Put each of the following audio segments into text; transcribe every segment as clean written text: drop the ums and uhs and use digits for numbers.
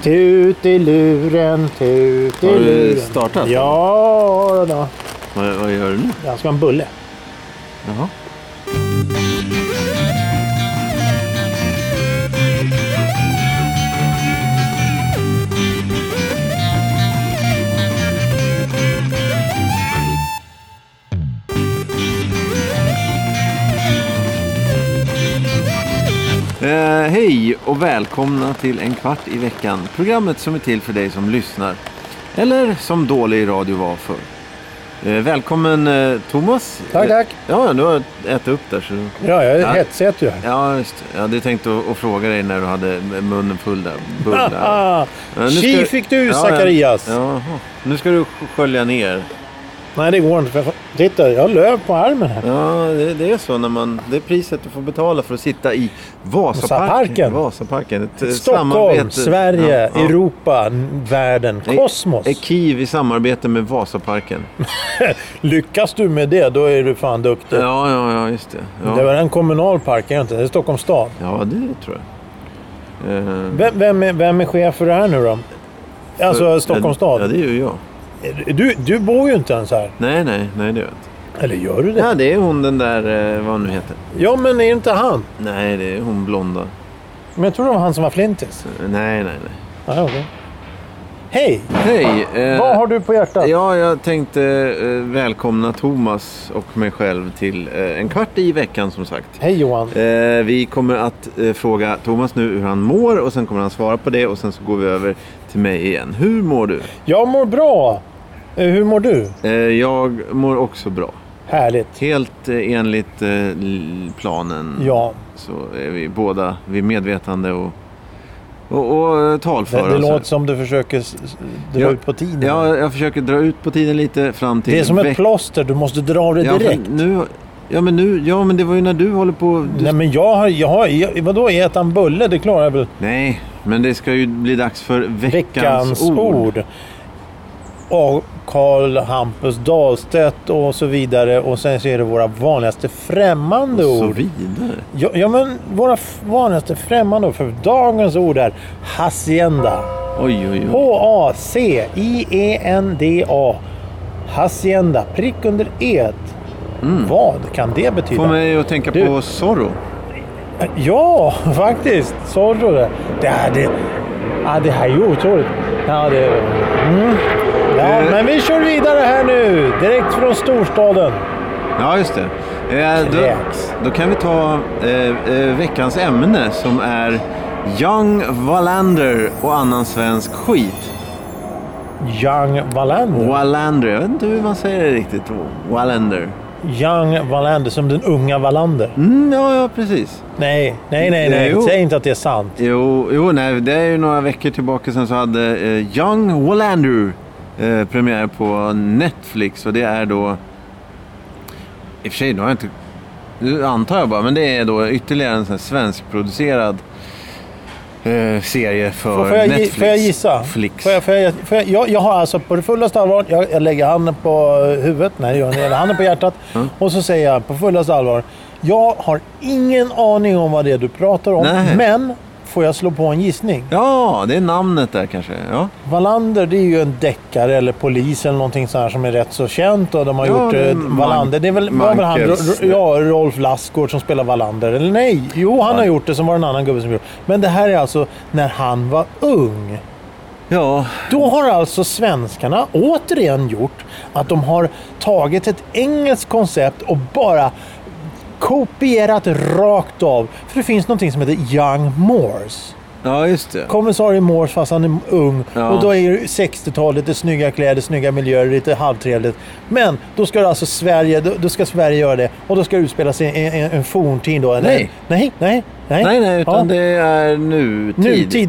Tut i luren, tut i luren. Har du startat? Ja då. Vad gör du nu? Jag ska ha en bulle. Jaha. Hej och välkomna till En kvart i veckan. Programmet som är till för dig som lyssnar. Eller som dålig radio var för. Välkommen Thomas. Tack. Ja, du har ätit upp där. Så... Ja, jag är hetsätt ju här. Ja, just det. Jag hade tänkt att fråga dig när du hade munnen full där. Bullar. Tji fick du, Zacharias. Ja. Nu ska du skölja ner. Nej, det går inte. Titta, jag har löv på armen här. Ja, det är så när det är priset du får betala för att sitta i Vasaparken. Stockholm, Sverige, Europa, världen, kosmos. Ett Kiev i samarbete med Vasaparken. Lyckas du med det, då är du fan duktig. Ja, just det. Ja. Det var en kommunal park, inte? Det är Stockholms stad. Ja, det tror jag. Vem är chef för det här nu då? Alltså Stockholms stad? Ja, det är ju jag. Du bor ju inte ens här. Nej, det gör jag inte. Eller gör du det? Ja, det är hon den där, vad hon nu heter. Ja, men är inte han? Nej, det är hon blonda. Men jag tror det var han som var flintis. Nej. Ja, okay. Hej! Vad har du på hjärtat? Ja, jag tänkte välkomna Thomas och mig själv till En kvart i veckan som sagt. Hej Johan. Vi kommer att fråga Thomas nu hur han mår och sen kommer han svara på det och sen så går vi över till mig igen. Hur mår du? Jag mår bra. Hur mår du? Jag mår också bra. Härligt. Helt enligt planen. Ja. Så är vi båda vid medvetande och talföra. Det låter som du försöker dra ut på tiden. Ja, jag försöker dra ut på tiden lite fram till... Det är som ett plåster, du måste dra det direkt. Men det var ju när du håller på... Nej, men vadå, äta en bulle, det klarar jag väl. Nej, men det ska ju bli dags för veckans ord. Och Karl Hampus Dahlstedt och så vidare. Och sen så är det våra vanligaste främmande ord. Och så vidare? Ja, men våra vanligaste främmande ord. För dagens ord är hacienda. Oj. H-A-C-I-E-N-D-A. Hacienda. Prick under et. Vad kan det betyda? Får mig att tänka på Zorro. Ja, faktiskt. Zorro det. Det här är ju otroligt. Men vi kör vidare här nu. Direkt från storstaden. Ja, just det. Då kan vi ta veckans ämne som är Young Wallander och annan svensk skit. Young Wallander? Wallander, jag vet inte hur man säger det riktigt. Wallander. Young Wallander, som den unga Wallander. Ja, precis. Nej. Säg inte att det är sant. Jo, nej, det är ju några veckor tillbaka sedan så hade Young Wallander premiär på Netflix. Och det är då... I och för sig, då har jag inte... Nu antar jag bara, men det är då ytterligare en sån här svenskproducerad serie för Netflix. Får jag gissa? Jag har alltså på det fullaste allvar, jag lägger handen på huvudet, nej jag lägger handen på hjärtat och så säger jag på fullaste allvar, jag har ingen aning om vad det är du pratar om, men får jag slå på en gissning? Ja, det är namnet där kanske. Ja. Wallander, det är ju en deckare eller polis eller någonting så här som är rätt så känt och de har gjort Wallander. Det är väl han, Rolf Lassgård som spelar Wallander. Eller nej, han har gjort det, som var en annan gubbe som gjort. Men det här är alltså när han var ung. Ja. Då har alltså svenskarna återigen gjort att de har tagit ett engelskt koncept och bara kopierat rakt av. För det finns någonting som heter Young Morse. Ja, just det. Kommissarie Morse fast han är ung. Ja. Och då är det 60-talet, lite snygga kläder, snygga miljöer, lite halvtrevligt. Men då ska alltså Sverige göra det. Och då ska det utspelas i en forntid då. Nej, utan det är nutid. Nutid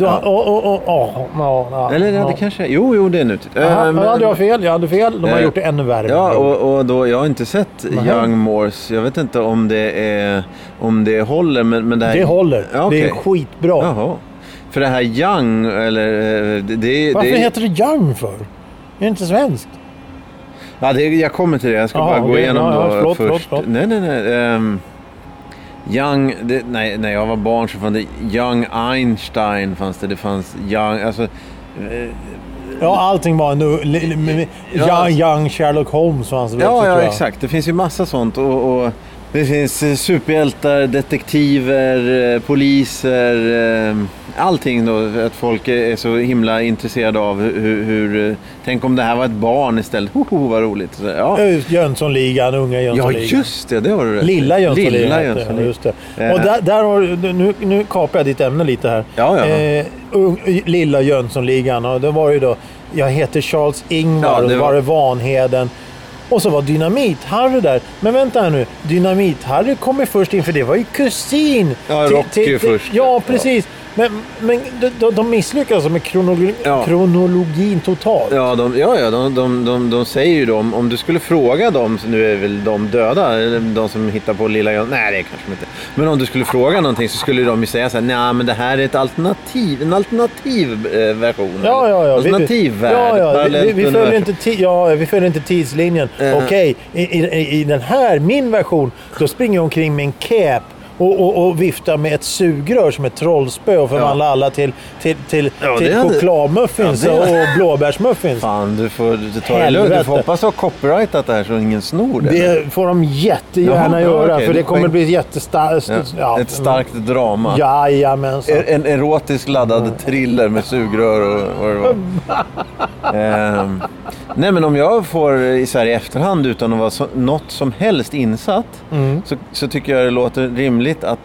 Eller det kanske... Jo, det är nutid. Jag hade fel. De har gjort det ännu värre. Ja, och då, jag har inte sett Young Morse. Jag vet inte om det håller, men det här... Det håller. Ja, okay. Det är skitbra. Jaha. För det här Young, eller... Varför heter det Young för? Är det inte svenskt? Ja, jag kommer till det. Jag ska bara gå igenom då först. Förlåt. Nej. När jag var barn så fanns det Young Einstein, det fanns Young, alltså... Ja, allting var Young Sherlock Holmes fanns det också, ja, exakt. Det finns ju massa sånt och det finns superhjältar, detektiver, poliser, allting då. Att folk är så himla intresserade av hur tänk om det här var ett barn istället. Vad roligt. Så, ja. Jönssonligan, unga Jönssonligan. Ja, just det har du rätt. Lilla Jönssonligan. Just det. Och där har nu kapar jag ditt ämne lite här. Ja. Lilla Jönssonligan, och det var ju då jag heter Charles Ingvar, och var det Vanheden. Och så var Dynamit-Harry där. Men vänta här nu. Dynamit-Harry kommer först in, för det var ju kusin. Ja, Rocky först. Ja, precis. Men de misslyckas med kronologin totalt. Ja, de säger ju då, om du skulle fråga dem, nu är väl de döda, eller de som hittar på Lilla Jön. Nej, det är kanske inte. Men om du skulle fråga någonting så skulle de ju säga så här: nej, men det här är en alternativ version. Ja. Alternativ värld. Vi följer inte tidslinjen. Okej, i den här, min version, då springer jag omkring med en cap och vifta med ett sugrör som ett trollspö och förvandla alla till chokladmuffins och blåbärsmuffins. Fan, du tar det lugnt. Du får hoppas ha copyrightat det här så ingen snor det. Det får de jättegärna göra, för det kommer bli jättestarkt. Ett starkt drama. Jajamensan. En erotisk laddad thriller med sugrör och vad det var. Nej, men om jag får i Sverige i efterhand utan att vara något som helst insatt, så tycker jag det låter rimligt att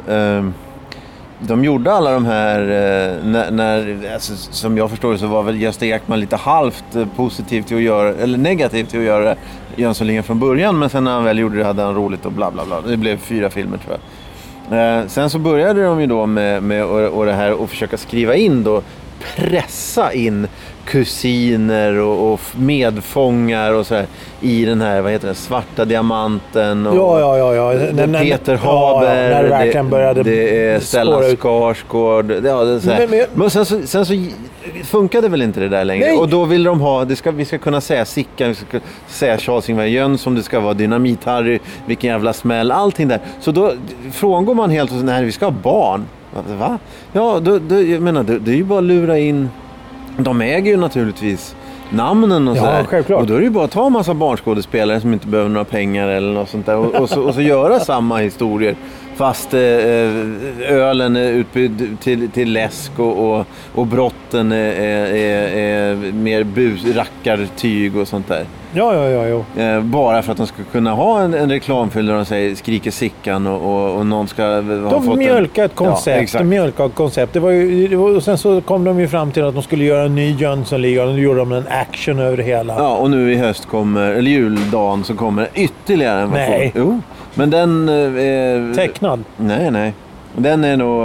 de gjorde alla de här när alltså, som jag förstår så var väl Gösta Ekman lite halvt positiv till att göra, eller negativ till att göra Jönssonligan från början, men sen när han väl gjorde det hade han roligt och bla bla bla. Det blev 4 filmer tror jag. Sen så började de ju då med och det här och försöka skriva in då, pressa in kusiner och medfångar och så här i den här, vad heter det, Svarta diamanten och Peter Haber, när det verkligen började, det är Stella Skarsgård, men sen så funkade väl inte det där längre. Nej. Och då vill de ha, vi ska kunna säga Sickan, vi ska säga Charles Ingvar Jönsson, det ska vara Dynamit-Harry, vilken jävla smäll, allting där. Så då frångår man helt och så, nej, vi ska ha barn. Va? Ja, jag menar, det är ju bara att lura in. De äger ju naturligtvis namnen och sådär. Självklart. Och då är det ju bara att ta en massa barnskådespelare som inte behöver några pengar eller något sånt där. Och så göra samma historier. Fast ölen är utbyggd till läsk och brotten är mer rackartyg och sånt där. Ja. Bara för att de ska kunna ha en reklamfilm där de säger skriker Sickan och någon ska ha fått mjölka ett koncept. Ja, de mjölkade ett koncept. Och sen så kom de ju fram till att de skulle göra en ny Jönssonligan och då gjorde de en action över det hela. Ja, och nu i höst eller juldagen så kommer ytterligare en version. Nej. Jo, men den är... Tecknad? Nej. Den är nog...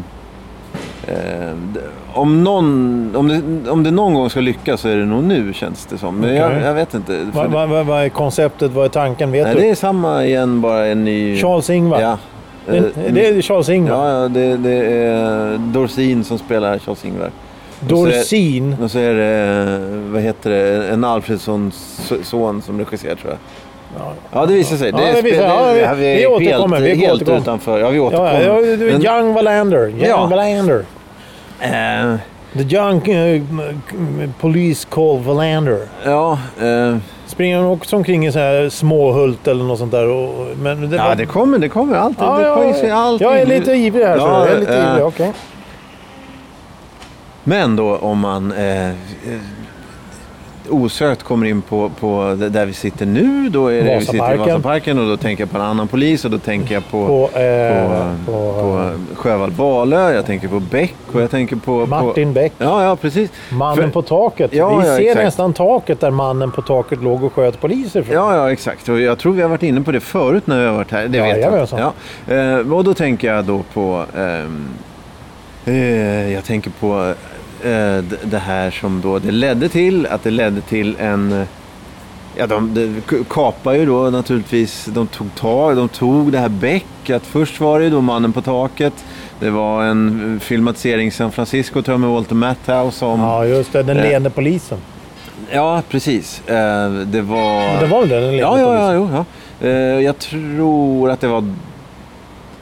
om det någon gång ska lyckas så är det nog nu, känns det som. Men okay. jag vet inte. Vad är konceptet? Vad är tanken? Vet du? Det är samma igen, bara en ny... Charles Ingvar? Ja. Det är Charles Ingvar? Ja, det är Dorsin som spelar Charles Ingvar. Dorsin? Och så är det, vad heter det, en Alfredssons son som regisserar, tror jag. Ja, det visar sig. Vi är helt utanför. Ja, vi återkommer. Young Wallander. The young police call Wallander. Ja. Springer han också omkring i så här Småhult eller något sånt där? Det kommer alltid. Jag är lite ivrig här. Jag är lite ivrig, okej. Men då om man... osökt kommer in på där vi sitter nu, då är det vi sitter i Vasaparken och då tänker jag på en annan polis och då tänker jag på Sjövall Valö, jag tänker på Beck och jag tänker på Martin Beck. Ja, precis. Mannen på taket. Vi ser exakt. Nästan taket där mannen på taket låg och sköt poliser från. Ja, exakt. Och jag tror vi har varit inne på det förut när vi har varit här. Det vet jag. Ja. Och då tänker jag då på jag tänker på det här som då det ledde till en... Ja, de kapar ju då naturligtvis, de tog det här Beck, att först var det då Mannen på taket, det var en filmatisering i San Francisco, tror jag, med Walter Matthau som... Ja, just det, den leende polisen. Ja, precis. Det var... Det var väl den leende polisen? Ja. Jag tror att det var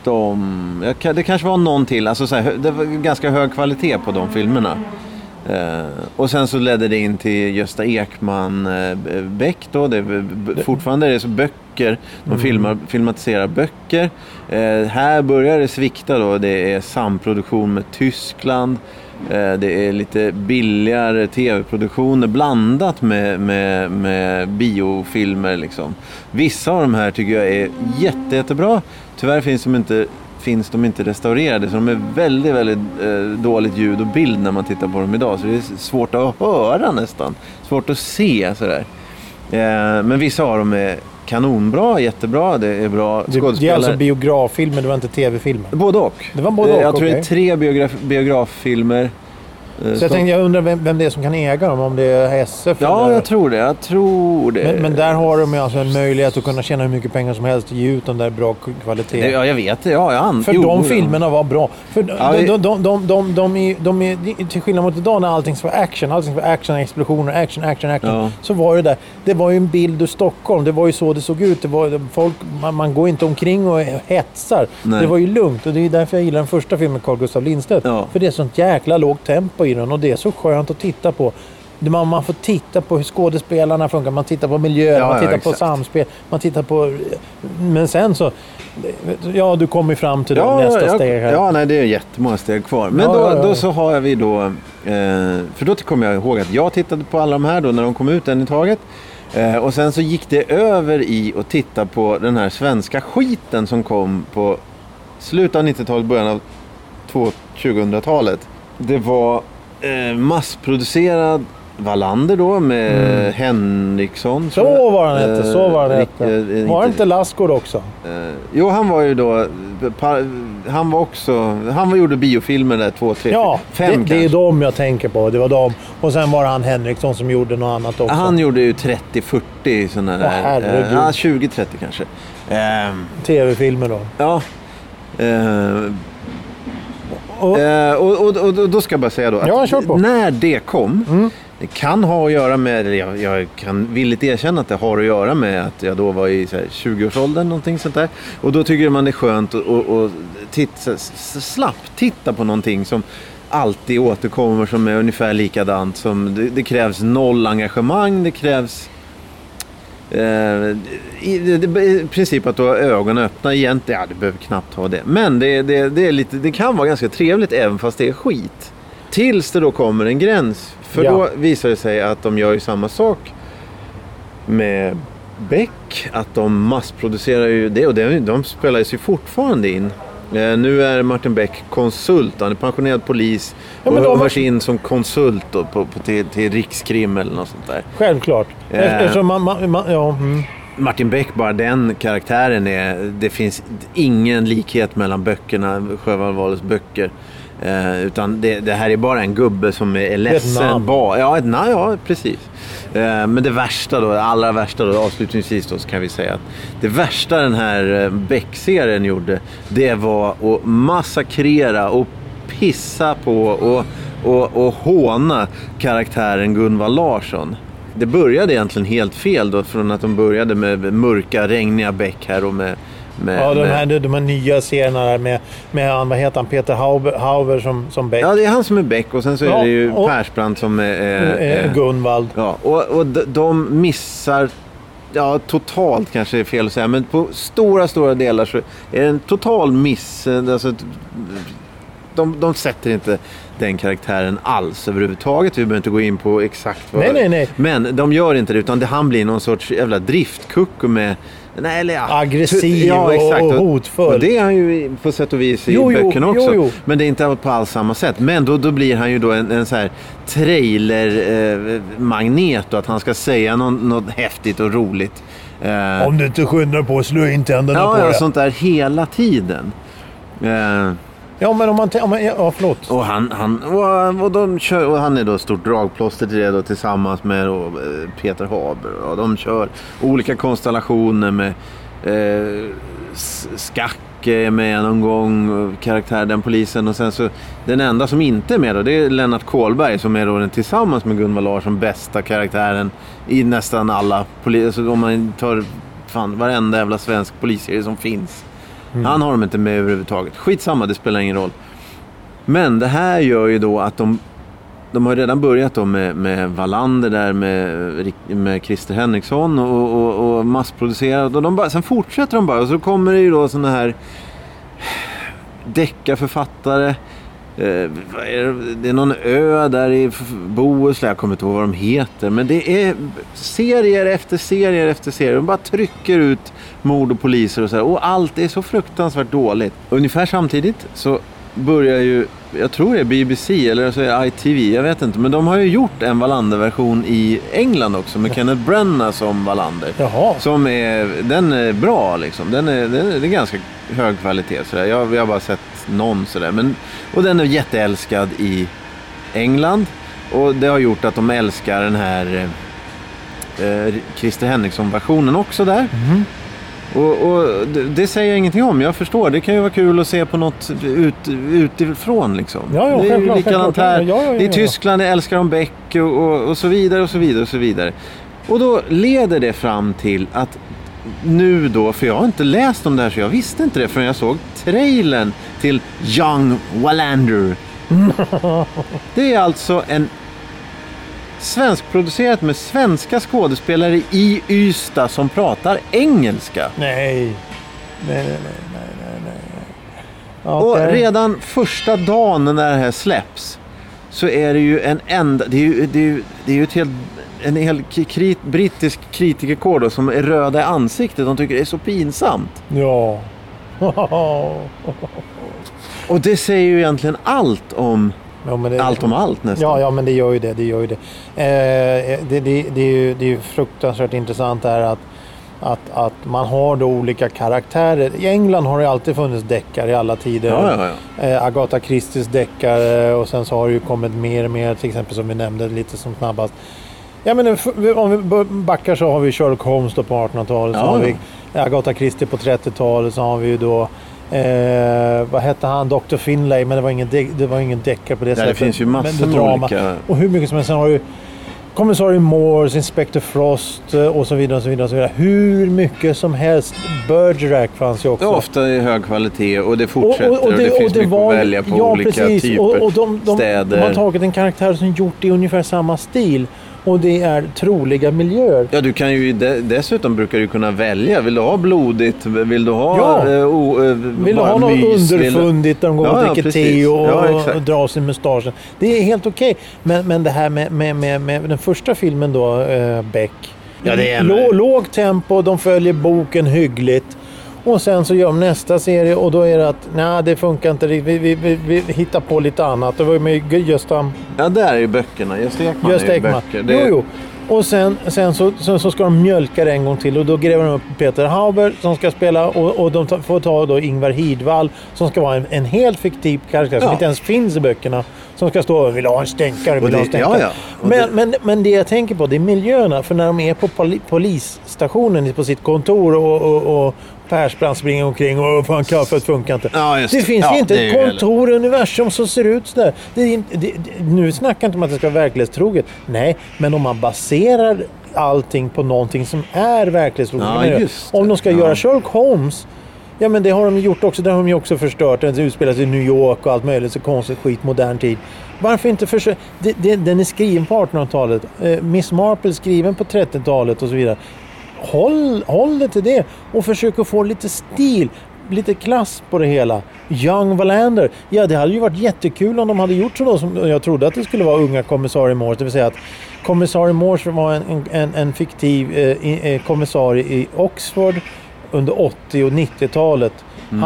det kanske var någon till. Alltså så här, det var ganska hög kvalitet på de filmerna. Och sen så ledde det in till Gösta Ekman Beck då. Fortfarande är det så böcker. De filmatiserar böcker. Här börjar det svikta då. Det är samproduktion med Tyskland. Det är lite billigare tv-produktioner blandat med biofilmer liksom. Vissa av de här tycker jag är jättebra. Tyvärr finns de inte restaurerade, så de är väldigt, väldigt dåligt ljud och bild när man tittar på dem idag, så det är svårt att höra nästan, svårt att se sådär. Men vissa av dem är kanonbra, jättebra, det är bra skådespelare. Det är alltså biograffilmer, det var inte tv-filmer? Både och. Det var både och, jag tror det är 3 biograffilmer. Så jag undrar vem det är som kan äga dem, om det är SF? Ja, eller? jag tror det. Men där har de alltså en möjlighet att kunna tjäna hur mycket pengar som helst och ge ut den där bra kvalitet. Ja, jag vet det. Ja, de filmerna var bra. För de är, till skillnad mot idag när allting var action, explosioner, action. Ja. Så var det där. Det var ju en bild ur Stockholm. Det var ju så det såg ut. Det var folk, man går inte omkring och hetsar. Nej. Det var ju lugnt, och det är därför jag gillar den första filmen, Carl Gustaf Lindstedt. Ja. För det är sånt jäkla lågt tempo i den, och det är så skönt att titta på. Man får titta på hur skådespelarna funkar, man tittar på miljön, man tittar på samspel, man tittar på... Men sen så... Ja, du kommer fram till nästa steg här. Ja, nej, det är jättemånga steg kvar. Men då så har vi då... för då kommer jag ihåg att jag tittade på alla de här då när de kom ut en i taget. Och sen så gick det över i att titta på den här svenska skiten som kom på slutet av 90-talet, början av 2000-talet. Det var massproducerad Wallander då med Henriksson. Så var han hette. Var inte Lassgård också? Jo, han var ju då... Han gjorde biofilmer där 2, 3, 5 det är de jag tänker på. Det var de. Och sen var han Henriksson som gjorde något annat också. Han gjorde ju 30-40 sådana där. 20-30 kanske. TV-filmer då. Ja. Och då ska jag bara säga då att när det kom, det kan ha att göra med, jag kan villigt erkänna att det har att göra med att jag då var i så här 20-årsåldern, någonting sånt där. Och då tycker man det är skönt att slappt titta på någonting som alltid återkommer, som är ungefär likadant, som det krävs noll engagemang, det krävs i princip att du har ögonen öppna egentligen. Ja, du behöver knappt ha det. Men det är lite, det kan vara ganska trevligt även fast det är skit. Tills det då kommer en gräns. För då visar det sig att de gör ju samma sak med Beck. Att de massproducerar ju det, och de spelar ju fortfarande in. Nu är Martin Beck konsult, han är pensionerad polis och hörs in som konsult då till Rikskrim eller något sånt där. Självklart. Martin Beck, bara den karaktären det finns ingen likhet mellan böckerna, Sjöwall Wahlöös böcker. Utan det här är bara en gubbe som är ledsen. Ja, precis. Men det värsta då, allra värsta då, avslutningsvis då, så kan vi säga att det värsta den här Beck-serien gjorde, det var att massakrera och pissa på och håna karaktären Gunvald Larsson. Det började egentligen helt fel då, från att de började med mörka, regniga Beck här och med de här nya serierna där med vad heter han, Peter Hauber som Beck. Ja, det är han som är Beck, och sen så är det ju Persbrandt som är Gunvald. Ja, och de missar, totalt kanske är fel att säga, men på stora delar så är det en total miss. Alltså, de sätter inte den karaktären alls överhuvudtaget. Vi behöver inte gå in på exakt vad. Nej. Men de gör inte det, utan han blir någon sorts jävla driftkuck med aggressiv och hotfull. Och det är han ju på sätt och vis i böckerna också. Jo. Men det är inte på alls samma sätt. Men då blir han ju då en så här trailer-magnet, och att han ska säga något häftigt och roligt. Om du inte skyndar på, slå in tänderna på det. Ja, sånt där hela tiden. Ja, men förlåt. Och de kör, och han är då stort dragplåster till det då, tillsammans med Peter Haber. Och de kör olika konstellationer med Skacke är med någon gång, karaktär den polisen, och sen så den enda som inte är med då, det är Lennart Kohlberg, som är då den tillsammans med Gunvald Larsson bästa karaktären i nästan alla poliser. Om man tar varenda jävla svensk polisserie som finns. Han har de inte med överhuvudtaget. Skitsamma, det spelar ingen roll. Men det här gör ju då att de har redan börjat då med Wallander där med Christer Henriksson och massproducerat. Och sen fortsätter de bara. Och så kommer det ju då såna här deckarförfattare. Det är någon ö där i Bohuslän, jag kommer inte ihåg vad de heter, men det är serier efter serier efter serier. De bara trycker ut mord och poliser och så här, och allt är så fruktansvärt dåligt. Ungefär samtidigt så börjar ju, jag tror det är BBC eller så är det ITV, jag vet inte, men de har ju gjort en Wallander-version i England också med Kenneth Branagh som Wallander. Jaha. Den är bra liksom. Den är ganska hög kvalitet så där. Jag har bara sett någon så där, och den är jätteälskad i England, och det har gjort att de älskar den här Christer Henriksson-versionen också där. Och det säger jag ingenting om. Jag förstår, det kan ju vara kul att se på något utifrån liksom. Ja, det är ju likadant här. Ja. I Tyskland älskar de Beck och så vidare och så vidare och så vidare. Och då leder det fram till att nu då, för jag har inte läst om det här så jag visste inte det förrän jag såg trailern till Young Wallander. Det är alltså en svenskproducerat med svenska skådespelare i Ystad som pratar engelska. Nej. Okay. Och redan första dagen när det här släpps så är det ju det är ju en hel brittisk kritikerkår då, som är röda i ansiktet. De tycker det är så pinsamt. Ja. Och det säger ju egentligen allt om allt om allt nästan. Ja, men det gör ju det. Det är ju fruktansvärt intressant här att man har då olika karaktärer. I England har det alltid funnits deckare i alla tider. Ja. Agatha Christies deckare, och sen så har det ju kommit mer och mer, till exempel som vi nämnde lite som snabbast. Ja, men om vi backar så har vi Sherlock Holmes då på 1800-talet, så har vi Agatha Christie på 30-talet, så har vi ju då vad hette han? Dr. Finlay, men det var ingen deckare på det sättet. Det finns ju massor med olika. Och hur mycket som helst. Sen har du Kommissarie Morse, Inspector Frost och så vidare och så vidare och så vidare. Hur mycket som helst. Bergerac fanns ju också. Ofta i hög kvalitet, och det fortsätter och det finns mycket att välja på olika typer, städer. De har tagit en karaktär som gjort i ungefär samma stil. Och det är troliga miljöer. Ja, du kan ju dessutom brukar du kunna välja. Vill du ha blodigt? Vill du ha vill du ha något underfundigt där de går och dricker te och drar sin mustaschen. Det är helt okej. Men det här med den första filmen då, Beck. Ja, det är låg tempo, de följer boken hyggligt. Och sen så gör de nästa serie och då är det att nej, det funkar inte. Vi hittar på lite annat. Det var ju med Gösta... Ja, där är ju böckerna. Gösta Ekman. Jo. Och sen så ska de mjölka det en gång till. Och då gräver de upp Peter Hauber som ska spela. Och de får ta då Ingvar Hidvall som ska vara en helt fiktiv karaktär som inte ens finns i böckerna. Som ska stå och vill ha en stänkare. Men det jag tänker på, det är miljöerna. För när de är på polisstationen på sitt kontor och Persbrandt springer omkring och fan kaffet funkar inte. Ja, det finns inte ett kontor i universum som ser ut så där. Nu snackar inte om att det ska vara verklighetstroget. Nej, men om man baserar allting på någonting som är verklighetstroget. Om de ska göra Sherlock Holmes, ja men det har de gjort också. Där har de ju också förstört. Den utspelas i New York och allt möjligt. Så konstigt skit, modern tid. Varför inte försöka? Den är skriven på 1800-talet. Miss Marple skriven på 30-talet och så vidare. Håll det till det och försök att få lite stil, lite klass på det hela. Young Wallander, ja det hade ju varit jättekul om de hade gjort så då, som jag trodde att det skulle vara unga kommissarie Morse, det vill säga att kommissarie Morse var en fiktiv kommissarie i Oxford under 80- och 90-talet.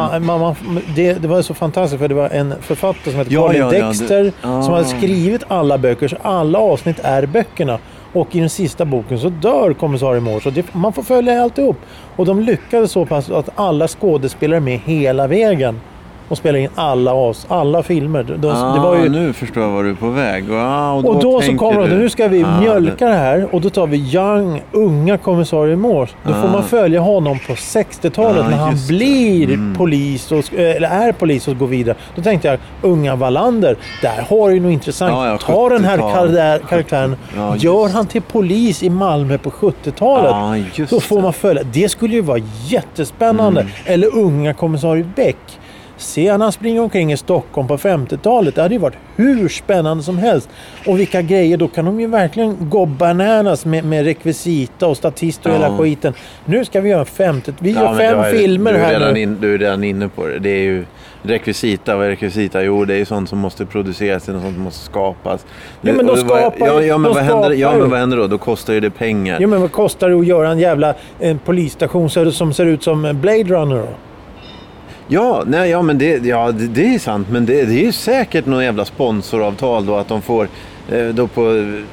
Det var så fantastiskt för det var en författare som hette Colin Dexter som hade skrivit alla böcker, så alla avsnitt är böckerna. Och i den sista boken så dör kommissarie Morse. Man får följa alltihop. Och de lyckades så pass att alla skådespelare är med hela vägen. och spelade in alla filmer. Det var ju... Nu förstår jag var du är på väg. Och då så kommer det, nu ska vi mjölka det här och då tar vi Young, unga kommissarie Morse. Då får man följa honom på 60-talet när han blir polis eller är polis och går vidare. Då tänkte jag, unga Wallander, där har ju något intressant. Ta den här karaktären, gör han till polis i Malmö på 70-talet. Då får man följa. Det skulle ju vara jättespännande. Eller unga kommissarie Beck. Se han springer omkring i Stockholm på 50-talet. Det hade ju varit hur spännande som helst. Och vilka grejer, då kan de ju verkligen gå bananas med rekvisita och statister och hela skiten. Nu ska vi göra 50. Vi gör 5 filmer här nu. Du är redan inne på det. Det är ju rekvisita. Vad är rekvisita? Jo, det är ju sånt som måste produceras, sånt som måste skapas. Ja, men de skapar men vad händer då? Då kostar ju det pengar. Ja, men vad kostar det att göra en jävla polisstation som ser ut som Blade Runner då? Men det är sant, men det är ju säkert någon jävla sponsoravtal då att de får då på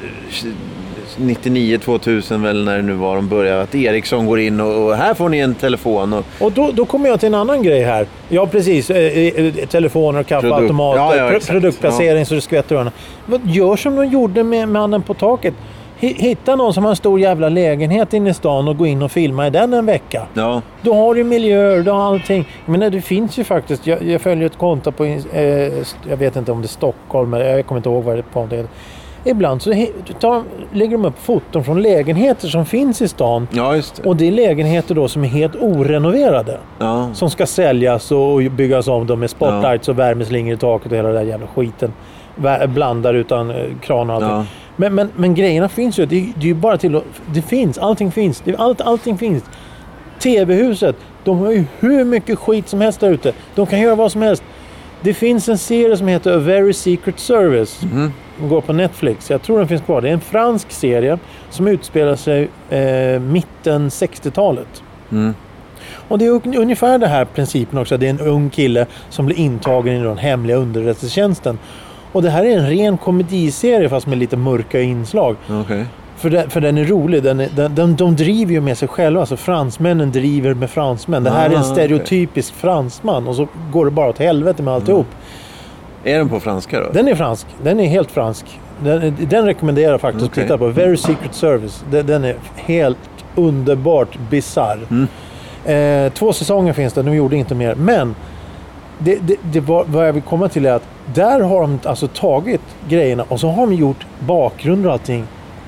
99-2000 väl när det nu var de började, att Ericsson går in och här får ni en telefon och då kommer jag till en annan grej här. Ja, precis, telefoner och kaffeautomater, produktplacering så det skvätter öronen. Vad gör som de gjorde med Mannen på taket? Hitta någon som har en stor jävla lägenhet inne i stan och gå in och filma i den en vecka. Ja. Då har du miljöer, då har allting. Men det finns ju faktiskt, jag följer ett konto på, jag vet inte om det är Stockholm, eller jag kommer inte ihåg vad det är. Ibland så lägger de upp foton från lägenheter som finns i stan. Ja, just det. Och det är lägenheter då som är helt orenoverade. Ja. Som ska säljas och byggas om dem med spotlights och värmeslingor i taket och hela den där jävla skiten. Blandar utan kran och allting. Ja. Men grejerna finns ju. Det är ju bara till att... Det finns. Allting finns. Allting finns. TV-huset. De har ju hur mycket skit som helst där ute. De kan göra vad som helst. Det finns en serie som heter A Very Secret Service. Den går på Netflix. Jag tror den finns kvar. Det är en fransk serie som utspelar sig mitten 60-talet. Och det är ungefär den här principen också. Det är en ung kille som blir intagen i den hemliga underrättelsetjänsten. Och det här är en ren komediserie fast med lite mörka inslag. Okay. För den är rolig. De driver ju med sig själva. Alltså fransmännen driver med fransmän. Det här är en stereotypisk fransman. Och så går det bara åt helvete med alltihop. Är den på franska då? Den är fransk. Den är helt fransk. Den rekommenderar jag faktiskt att titta på. Very Secret Service. Den är helt underbart bizarr. 2 säsonger finns det. De gjorde inte mer. Men det var, vad jag vill komma till är att där har de alltså tagit grejerna och så har de gjort bakgrunder och allting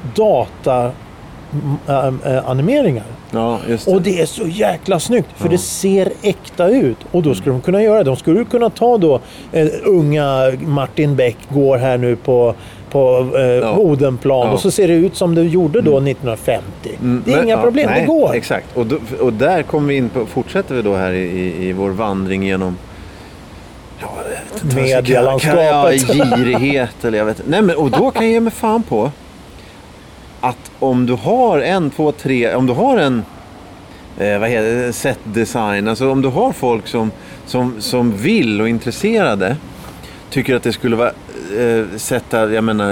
animeringar. Ja, just det. Och det är så jäkla snyggt för det ser äkta ut och då skulle de kunna göra det. De skulle kunna ta då unga Martin Beck går här nu på Odenplan och så ser det ut som det gjorde då 1950. Det är inga problem, det går. Exakt. Och där kommer vi in på, fortsätter vi då här i vår vandring genom medielandskapet. Girighet eller jag vet inte. Nej, men och då kan jag ge mig fan på att om du har 1, 2, 3, om du har en set design, alltså om du har folk som vill och intresserade, tycker att det skulle vara sätter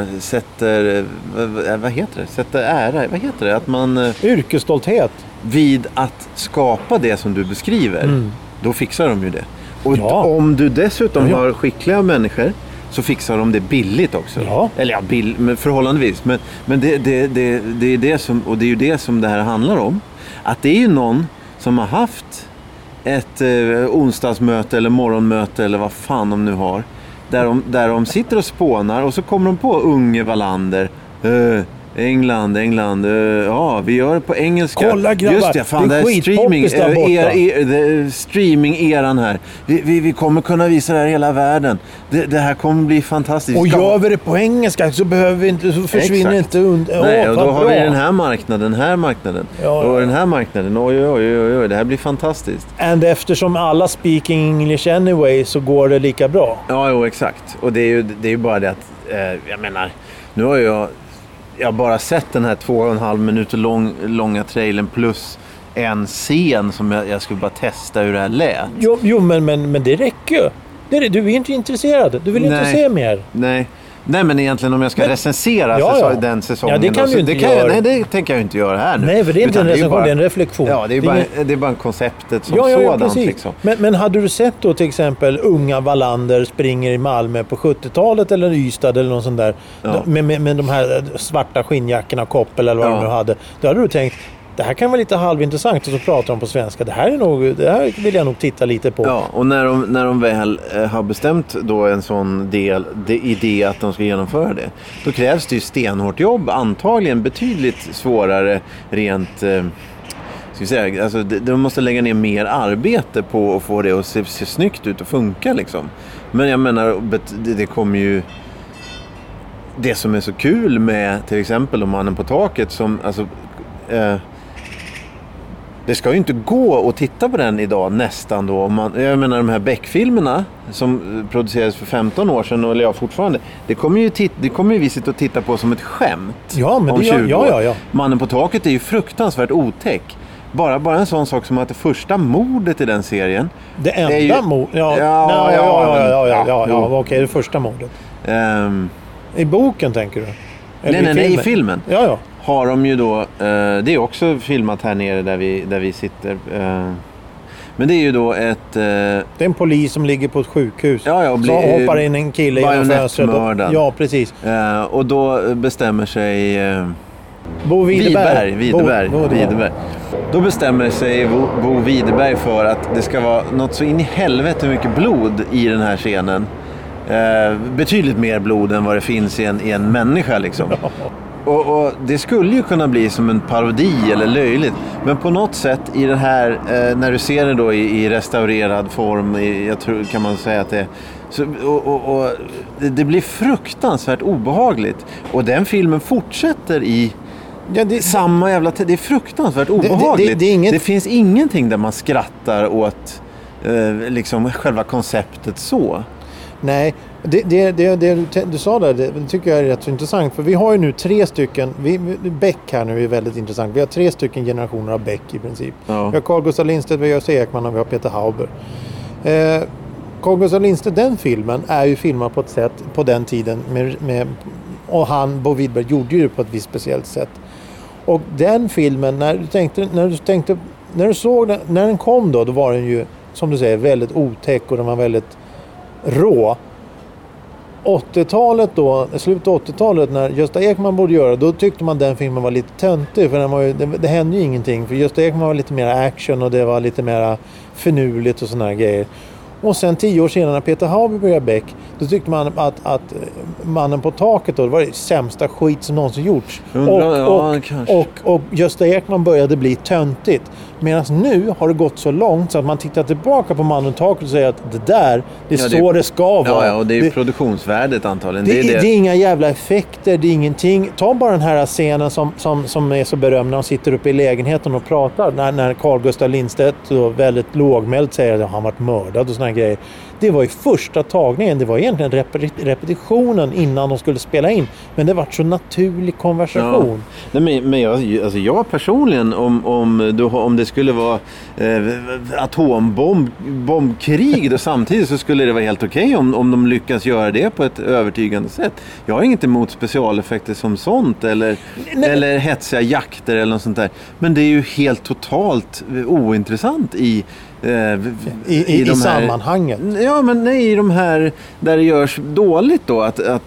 ära, vad heter det? Att man yrkesstolthet vid att skapa det som du beskriver. Då fixar de ju det. Och om du dessutom har skickliga människor så fixar de det billigt också. Ja. Eller men förhållandevis. Men det är det som, och det är ju det som det här handlar om. Att det är ju någon som har haft ett onsdagsmöte eller morgonmöte eller vad fan de nu har. Där de sitter och spånar och så kommer de på unge Wallander. England, vi gör det på engelska. Kolla grabbar, just det, fan, det är streaming-eran här. Vi kommer kunna visa det här i hela världen. Det här kommer bli fantastiskt. Och gör vi det på engelska så behöver vi inte, så försvinner inte under. Nej, och då har vi den här marknaden, och den här marknaden. Oj, det här blir fantastiskt. And eftersom alla speaking English anyway så går det lika bra. Ja, exakt. Och det är ju bara det att jag menar, nu har jag bara sett den här 2,5 minuter långa trailern plus en scen som jag skulle bara testa hur det här lät. Jo, men det räcker ju. Du är inte intresserad. Du vill inte se mer. Nej, Nej, men egentligen om jag ska recensera den säsongen. Ja, det kan du inte göra. Nej, det tänker jag inte göra här nu. Nej, för det är inte en recension, det är en reflektion. Ja, det är bara konceptet som sådant. Precis. Liksom. Men hade du sett då till exempel unga Wallander springer i Malmö på 70-talet eller Ystad eller något sånt där med de här svarta skinnjackorna, koppel eller vad de nu hade. Då hade du tänkt, det här kan vara lite halvintressant, och så pratar de på svenska. Det här vill jag nog titta lite på. Ja, och när de väl har bestämt då en sån idé att de ska genomföra det, då krävs det ju stenhårt jobb, antagligen betydligt svårare rent... ska vi säga, alltså de måste lägga ner mer arbete på att få det att se snyggt ut och funka liksom. Men jag menar, det kommer ju... Det som är så kul med till exempel Mannen på taket som... Alltså, det ska ju inte gå att titta på den idag nästan då. Jag menar de här Beck-filmerna som producerades för 15 år sedan, eller fortfarande, det kommer ju vi sitta och titta på som ett skämt. Ja, men om 20 år. Ja. Mannen på taket är ju fruktansvärt otäck. Bara en sån sak som att det första mordet i den serien... Det enda mordet? Ja, okej, det första mordet. I boken tänker du? Nej, i filmen. Ja. Har de ju då, det är också filmat här nere där vi sitter. Men det är ju då ett... det är en polis som ligger på ett sjukhus. Så hoppar in en kille genom fönstret. Ja, precis. Och då bestämmer sig... Bo Widerberg. Då bestämmer sig Bo Widerberg för att det ska vara något så in i helvete mycket blod i den här scenen. Betydligt mer blod än vad det finns i en människa liksom. Och det skulle ju kunna bli som en parodi eller löjligt. Men på något sätt i den här, när du ser det då i restaurerad form, jag tror kan man säga att det så, och det blir fruktansvärt obehagligt. Och den filmen fortsätter i samma jävla... Det är fruktansvärt obehagligt. Det finns ingenting där man skrattar åt liksom själva konceptet så. Nej, det du sa där, det tycker jag är rätt så intressant. För vi har ju nu 3 stycken, Beck här nu är väldigt intressant. Vi har 3 stycken generationer av Beck i princip. Ja. Vi har Carl Gustaf Lindstedt, vi har Gösta Ekman och vi har Peter Hauber. Carl Gustaf Lindstedt, den filmen är ju filmad på ett sätt på den tiden och Bo Widerberg gjorde ju det på ett visst speciellt sätt. Och den filmen, när du såg den, när den kom då var den ju, som du säger, väldigt otäck och den var väldigt rå. 80-talet då, slutet av 80-talet när Gösta Ekman borde göra, då tyckte man den filmen var lite töntig, för det hände ju ingenting, för Gösta Ekman var lite mer action och det var lite mer finurligt och såna här grejer. Och sen 10 år senare när Peter Hauber började Beck, då tyckte man att Mannen på taket då, det var det sämsta skit som någonsin gjorts. Och Gösta Ekman började bli töntigt. Medan nu har det gått så långt så att man tittar tillbaka på Mannen på taket och säger att det där, det är så det ska vara. Ja, och det är ju produktionsvärdet antagligen. Det är inga jävla effekter, det är ingenting. Ta bara den här scenen som är så berömd när de sitter uppe i lägenheten och pratar. När Carl Gustaf Lindstedt då väldigt lågmält säger att han varit mördad och såna här grejer. Det var ju första tagningen, det var egentligen repetitionen innan de skulle spela in. Men det var så naturlig konversation. Ja. Nej, men jag personligen, om det skulle vara atombombkrig då samtidigt, så skulle det vara helt okej om de lyckas göra det på ett övertygande sätt. Jag har inget emot specialeffekter som sånt eller hetsiga jakter eller något sånt där. Men det är ju helt totalt ointressant i de sammanhanget. Ja, men nej, i de här där det görs dåligt då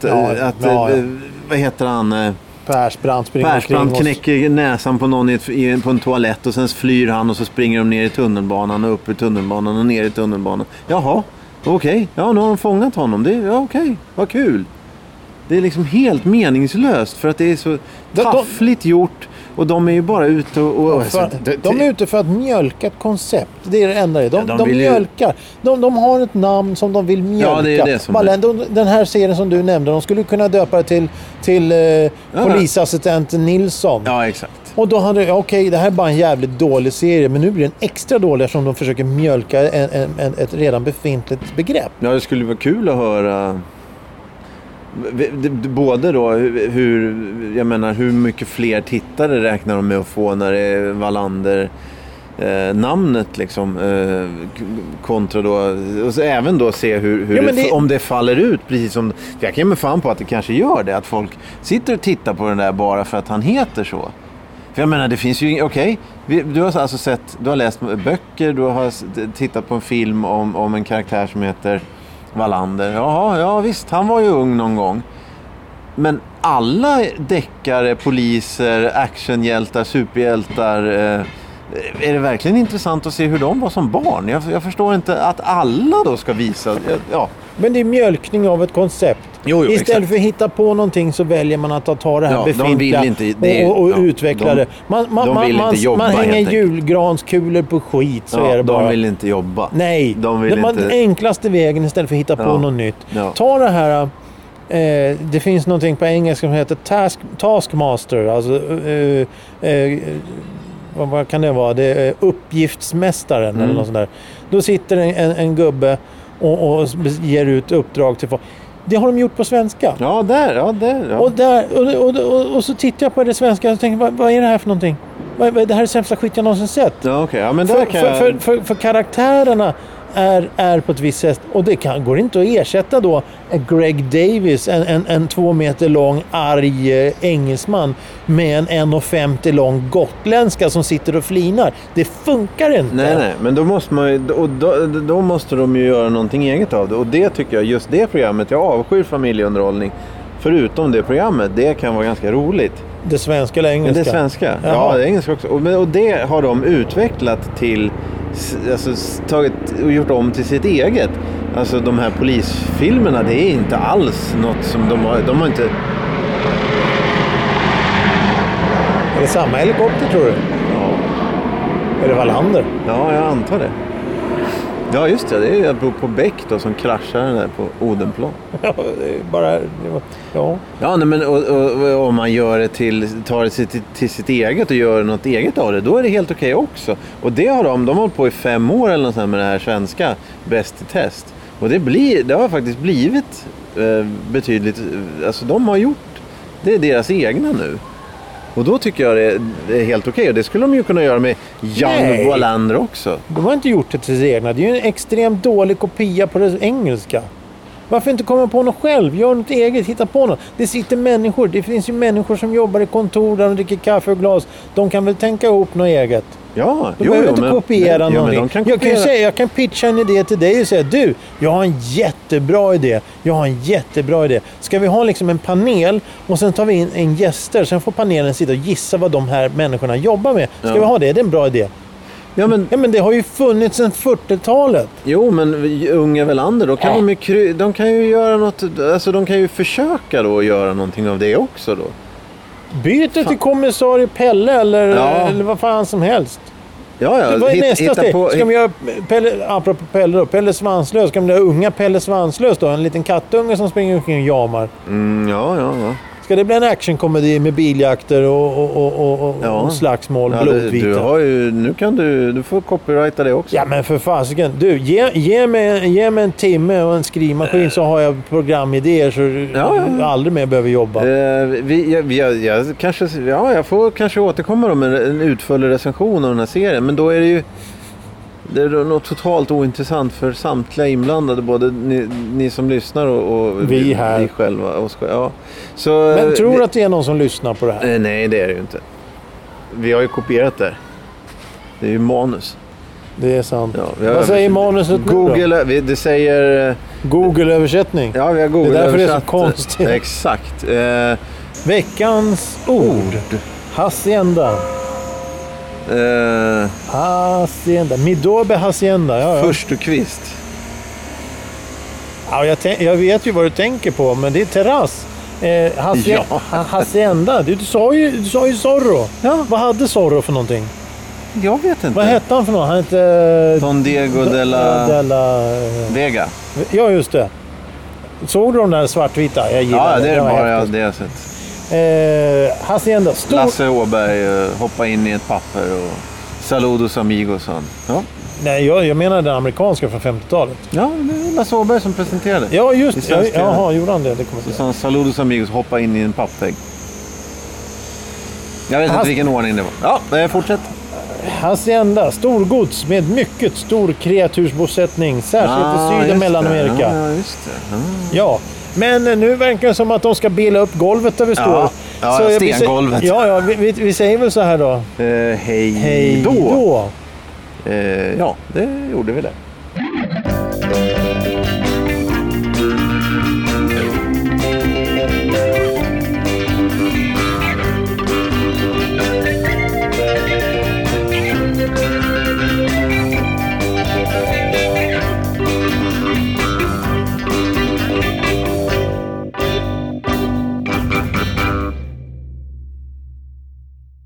vad heter han? Persbrandt knäcker näsan på någon på en toalett och sen flyr han och så springer de ner i tunnelbanan och upp i tunnelbanan och ner i tunnelbanan. Jaha, okej. Ja, nu har de fångat honom. Det är okej. Vad kul. Det är liksom helt meningslöst för att det är så taffligt gjort. Och de är ju bara ute och de är ute för att mjölka ett koncept. Det är det enda. De mjölkar. De har ett namn som de vill mjölka. Ja, det är det som den här serien som du nämnde, de skulle kunna döpa det till polisassistent Nilsson. Ja, exakt. Och då hade det här är bara en jävligt dålig serie, men nu blir den extra dålig eftersom de försöker mjölka ett redan befintligt begrepp. Ja, det skulle vara kul att höra både då hur mycket fler tittare räknar de med att få när det är Wallander namnet liksom, kontra då, och så även då se hur om det faller ut, precis som jag kan med fan på att det kanske gör det, att folk sitter och tittar på den där bara för att han heter så. För jag menar, det finns ju du har alltså sett, du har läst böcker, du har tittat på en film om en karaktär som heter Wallander. Ja visst, han var ju ung någon gång. Men alla deckare, poliser, actionhjältar, superhjältar, är det verkligen intressant att se hur de var som barn? Jag förstår inte att alla då ska visa. Ja. Men det är mjölkning av ett koncept. Istället exakt. för att hitta på någonting så väljer man att ta det här befintliga och utveckla det. Man hänger julgranskulor på skit, så är det bara. De vill inte jobba. Nej, den enklaste vägen istället för att hitta på något nytt. Ja. Ta det här... det finns någonting på engelska som heter Taskmaster. Alltså... vad kan det vara? Det är uppgiftsmästaren eller något sånt där. Då sitter en gubbe och ger ut uppdrag till folk. Det har de gjort på svenska. Ja, där. Ja. Och så tittar jag på det svenska och tänker, vad är det här för någonting? Det här är det sämsta skit jag någonsin sett. Ja, okej. Ja, men där för karaktärerna är på ett visst sätt, och det går inte att ersätta då Greg Davis, en 2 meter lång arg engelsman med en 1,50 lång gotländska som sitter och flinar. Det funkar inte. Nej, men då måste man då måste de ju göra någonting eget av det, och det tycker jag, just det programmet, jag avskyr familjeunderhållning. Förutom det programmet, det kan vara ganska roligt. Det svenska eller engelska? Det svenska. Ja, det är engelska också. Och det har de utvecklat till, alltså tagit och gjort om till sitt eget. Alltså de här polisfilmerna, det är inte alls något som de har inte... Är det samma helikopter, tror du? Ja. Är det Wallander? Ja, jag antar det. Ja, just det. Det är ju på Beck då som kraschar den där på Odenplan. Ja, det är bara... Ja. Ja, nej, men och om man gör det tar det till sitt eget och gör något eget av det, då är det helt okej också. Och det har de har hållit på i 5 år eller något sånt med det här svenska Bäst i test. Och det har faktiskt blivit betydligt... Alltså de har gjort... Det är deras egna nu. Och då tycker jag det är helt okej. Och det skulle de ju kunna göra med Young Wallander också. De har inte gjort det till sig egna. Det är ju en extremt dålig kopia på det engelska. Varför inte komma på något själv? Gör något eget, hitta på något. Det sitter människor. Det finns ju människor som jobbar i kontor där de dricker kaffe och glas. De kan väl tänka ihop något eget. Ja, de behöver inte kopiera någonting. Jag kan pitcha en idé till dig och säga, du, jag har en jättebra idé. Ska vi ha liksom en panel och sen tar vi in en gäster, sen får panelen sitta och gissa vad de här människorna jobbar med. Ska vi ha det? Det är en bra idé. Ja, men det har ju funnits sedan 40-talet. Jo, men unga Wallander, då kan de kan ju göra något, alltså de kan ju försöka då göra någonting av det också då. Byt det till kommissarie Pelle eller vad fan som helst. Ja. Vad är nästa steg? Ska vi göra apropå Pelle då, Pelle Svanslös? Ska vi göra unga Pelle Svanslös då? En liten kattunge som springer omkring och jamar. Ja. Ska det bli en actionkomedi med biljakter och slagsmål, blodvita? Du har ju, nu kan du får copyrighta det också. Ja, men för fasiken. Du, ge mig en timme och en skrivmaskin så har jag programidéer så jag aldrig mer behöver jobba. Jag får kanske återkomma med en utförlig recension av den här serien. Men då är det är något totalt ointressant för samtliga inblandade, både ni som lyssnar och vi här. Vi själva. Så, men tror du att det är någon som lyssnar på det här? Nej, det är det ju inte. Vi har ju kopierat det. Det är ju manus. Det är sant. Ja, vad säger manuset Google, nu då? Det säger... Google-översättning. Ja, vi har Google-översatt. Det är därför det är så konstigt. Exakt. Veckans ord. Hacienda. Hacienda. Midobe Hacienda. Ja. Förstukvist. Ja, jag vet ju vad du tänker på, men det är terrass. Hacienda. Du sa ju Zorro. Ja. Vad hade Zorro för någonting? Jag vet inte. Vad hette han för något? Han hette... Don Diego de la Vega. Ja, just det. Såg du de där svartvita? Jag gillar det. Ja, det är bara det jag sett. Hacienda. Lasse Åberg hoppa in i ett papper och Saludos amigos. Ja. Nej, jag menar den amerikanska från 50-talet. Ja, det är Lasse Åberg som presenterade. Ja, just det. Jaha, gjorde han det? Det kommer så Saludos amigos hoppa in i en pappvägg. Jag vet inte vilken ordning det var. Ja, fortsätt. Hacienda, storgods med mycket stor kreatursbosättning, särskilt i Syd- och Mellanamerika. Ja, just det. Ja, men nu verkar det som att de ska bela upp golvet där vi står. Ja, Så stengolvet. Vi säger väl så här då. Hej då. Ja, det gjorde vi det.